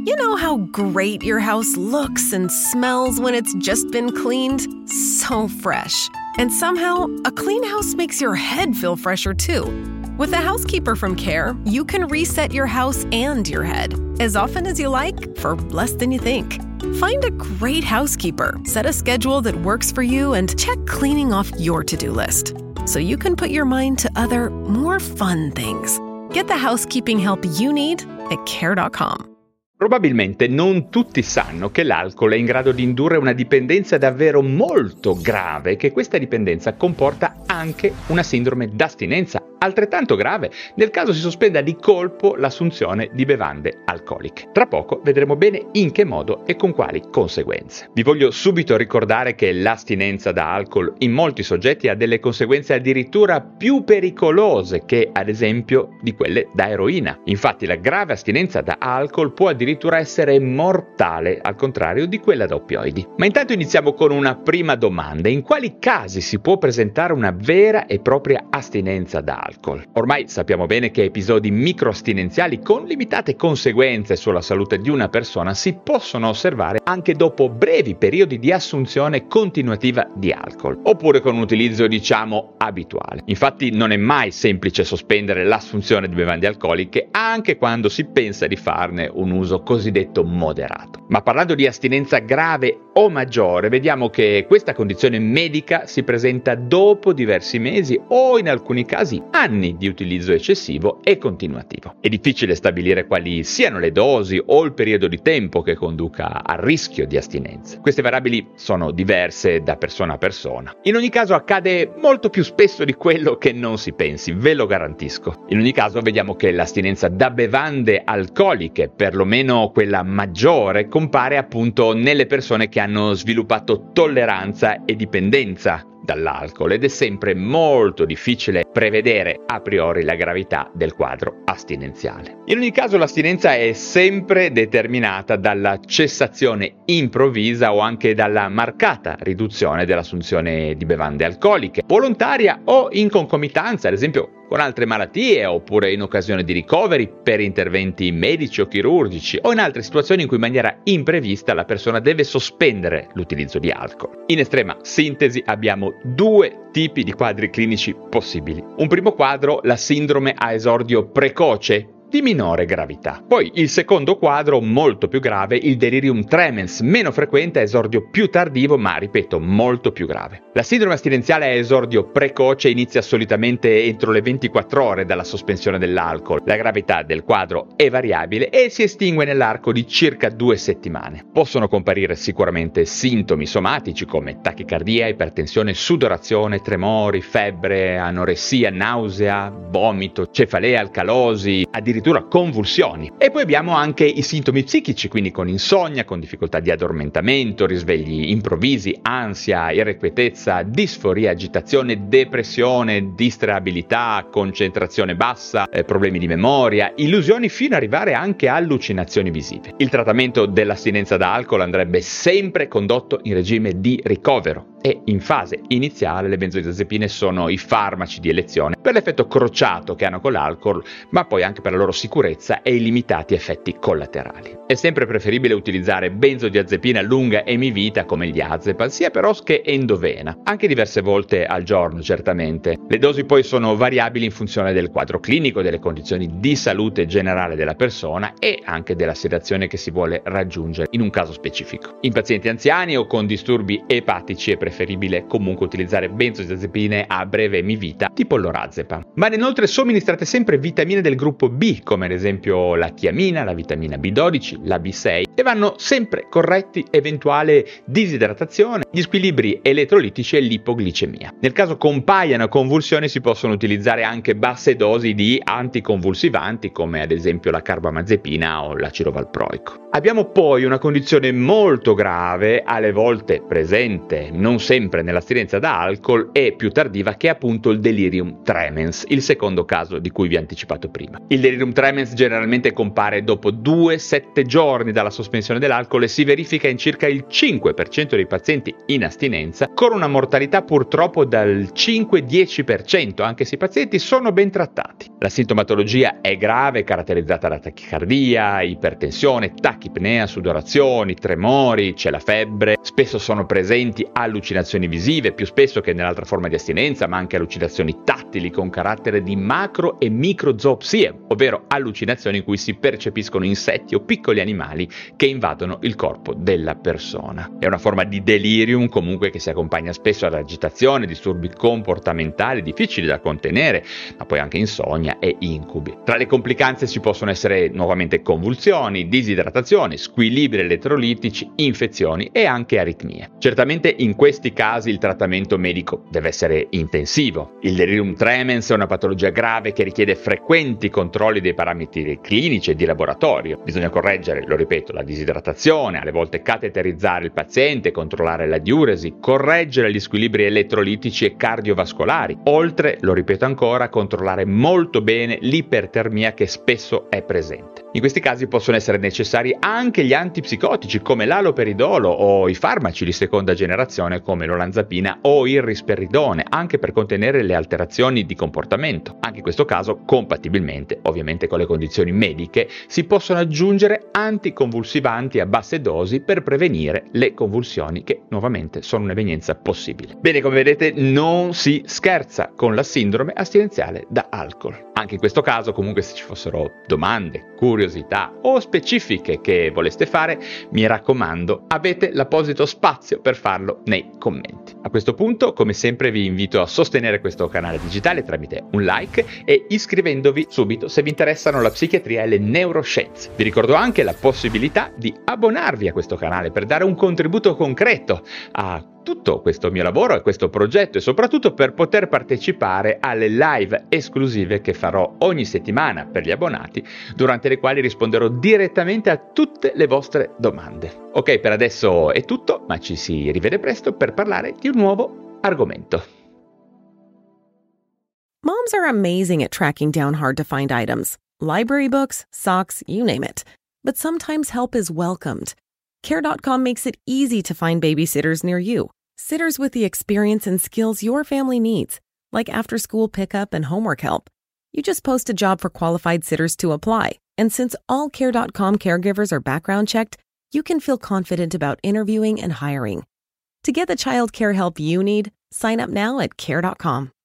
You know how great your house looks and smells when it's just been cleaned? So fresh. And somehow, a clean house makes your head feel fresher too. With a housekeeper from Care, you can reset your house and your head as often as you like for less than you think. Find a great housekeeper, set a schedule that works for you, and check cleaning off your to-do list so you can put your mind to other, more fun things. Get the housekeeping help you need at care.com. Probabilmente non tutti sanno che l'alcol è in grado di indurre una dipendenza davvero molto grave e che questa dipendenza comporta anche una sindrome d'astinenza altrettanto grave nel caso si sospenda di colpo l'assunzione di bevande alcoliche. Tra poco vedremo bene in che modo e con quali conseguenze. Vi voglio subito ricordare che l'astinenza da alcol in molti soggetti ha delle conseguenze addirittura più pericolose che ad esempio di quelle da eroina. Infatti la grave astinenza da alcol può addirittura essere mortale, al contrario di quella da oppioidi. Ma intanto iniziamo con una prima domanda: in quali casi si può presentare una vera e propria astinenza da alcol? Ormai sappiamo bene che episodi microastinenziali con limitate conseguenze sulla salute di una persona si possono osservare anche dopo brevi periodi di assunzione continuativa di alcol, oppure con un utilizzo abituale. Infatti non è mai semplice sospendere l'assunzione di bevande alcoliche anche quando si pensa di farne un uso cosiddetto moderato. Ma parlando di astinenza grave o maggiore, vediamo che questa condizione medica si presenta dopo diversi mesi o in alcuni casi anni di utilizzo eccessivo e continuativo. È difficile stabilire quali siano le dosi o il periodo di tempo che conduca al rischio di astinenza. Queste variabili sono diverse da persona a persona. In ogni caso accade molto più spesso di quello che non si pensi, ve lo garantisco. In ogni caso vediamo che l'astinenza da bevande alcoliche, perlomeno quella maggiore, compare appunto nelle persone che hanno sviluppato tolleranza e dipendenza dall'alcol ed è sempre molto difficile prevedere a priori la gravità del quadro astinenziale. In ogni caso l'astinenza è sempre determinata dalla cessazione improvvisa o anche dalla marcata riduzione dell'assunzione di bevande alcoliche, volontaria o in concomitanza, ad esempio con altre malattie oppure in occasione di ricoveri per interventi medici o chirurgici o in altre situazioni in cui in maniera imprevista la persona deve sospendere l'utilizzo di alcol. In estrema sintesi abbiamo due tipi di quadri clinici possibili. Un primo quadro, la sindrome a esordio precoce di minore gravità. Poi il secondo quadro, molto più grave, il delirium tremens, meno frequente, a esordio più tardivo, ma ripeto, molto più grave. La sindrome astinenziale a esordio precoce inizia solitamente entro le 24 ore dalla sospensione dell'alcol. La gravità del quadro è variabile e si estingue nell'arco di circa 2 settimane. Possono comparire sicuramente sintomi somatici come tachicardia, ipertensione, sudorazione, tremori, febbre, anoressia, nausea, vomito, cefalea, alcalosi, addirittura convulsioni. E poi abbiamo anche i sintomi psichici, quindi con insonnia, con difficoltà di addormentamento, risvegli improvvisi, ansia, irrequietezza, disforia, agitazione, depressione, distraiabilità, concentrazione bassa, problemi di memoria, illusioni, fino ad arrivare anche a allucinazioni visive. Il trattamento dell'astinenza da alcol andrebbe sempre condotto in regime di ricovero e in fase iniziale le benzodiazepine sono i farmaci di elezione per l'effetto crociato che hanno con l'alcol, ma poi anche per la loro sicurezza e i limitati effetti collaterali. È sempre preferibile utilizzare benzodiazepine a lunga emivita come gli diazepam, sia per OSS che endovena, anche diverse volte al giorno certamente. Le dosi poi sono variabili in funzione del quadro clinico, delle condizioni di salute generale della persona e anche della sedazione che si vuole raggiungere in un caso specifico. In pazienti anziani o con disturbi epatici è preferibile comunque utilizzare benzodiazepine a breve emivita tipo l'orazepam. Ma inoltre somministrate sempre vitamine del gruppo B, come ad esempio la tiamina, la vitamina B12, la B6, e vanno sempre corretti eventuale disidratazione, gli squilibri elettrolitici e l'ipoglicemia. Nel caso compaiano convulsioni si possono utilizzare anche basse dosi di anticonvulsivanti come ad esempio la carbamazepina o l'acido valproico. Abbiamo poi una condizione molto grave, alle volte presente, non sempre nell'astinenza da alcol e più tardiva, che è appunto il delirium tremens, il secondo caso di cui vi ho anticipato prima. Il delirium tremens generalmente compare dopo 2-7 giorni dalla sospensione dell'alcol e si verifica in circa il 5% dei pazienti in astinenza, con una mortalità purtroppo dal 5-10%, anche se i pazienti sono ben trattati. La sintomatologia è grave, caratterizzata da tachicardia, ipertensione, tachicardia tachipnea, sudorazioni, tremori, c'è la febbre, spesso sono presenti allucinazioni visive, più spesso che nell'altra forma di astinenza, ma anche allucinazioni tattili con carattere di macro e microzoopsie, ovvero allucinazioni in cui si percepiscono insetti o piccoli animali che invadono il corpo della persona. È una forma di delirium comunque che si accompagna spesso ad agitazione, disturbi comportamentali difficili da contenere, ma poi anche insonnia e incubi. Tra le complicanze ci possono essere nuovamente convulsioni, disidratazione, squilibri elettrolitici, infezioni e anche aritmie. Certamente in questi casi il trattamento medico deve essere intensivo. Il delirium tremens è una patologia grave che richiede frequenti controlli dei parametri clinici e di laboratorio. Bisogna correggere, lo ripeto, la disidratazione, alle volte cateterizzare il paziente, controllare la diuresi, correggere gli squilibri elettrolitici e cardiovascolari, oltre, lo ripeto ancora, controllare molto bene l'ipertermia che spesso è presente. In questi casi possono essere necessari anche gli antipsicotici come l'aloperidolo o i farmaci di seconda generazione come l'olanzapina o il risperidone, anche per contenere le alterazioni di comportamento. Anche in questo caso, compatibilmente ovviamente con le condizioni mediche, si possono aggiungere anticonvulsivanti a basse dosi per prevenire le convulsioni che nuovamente sono un'evenienza possibile. Bene, come vedete non si scherza con la sindrome astinenziale da alcol. Anche in questo caso comunque se ci fossero domande, curiosità o specifiche che voleste fare, mi raccomando, avete l'apposito spazio per farlo nei commenti. A questo punto, come sempre, vi invito a sostenere questo canale digitale tramite un like e iscrivendovi subito se vi interessano la psichiatria e le neuroscienze. Vi ricordo anche la possibilità di abbonarvi a questo canale per dare un contributo concreto a tutto questo mio lavoro e questo progetto e soprattutto per poter partecipare alle live esclusive che farò ogni settimana per gli abbonati, durante le quali risponderò direttamente a tutte le vostre domande. Ok, per adesso è tutto, ma ci si rivede presto per parlare di un nuovo argomento. Moms are amazing at tracking down hard-to-find items. Library books, socks, you name it. But sometimes help is welcomed. Care.com makes it easy to find babysitters near you. Sitters with the experience and skills your family needs, like after-school pickup and homework help. You just post a job for qualified sitters to apply. And since all Care.com caregivers are background checked, you can feel confident about interviewing and hiring. To get the child care help you need, sign up now at Care.com.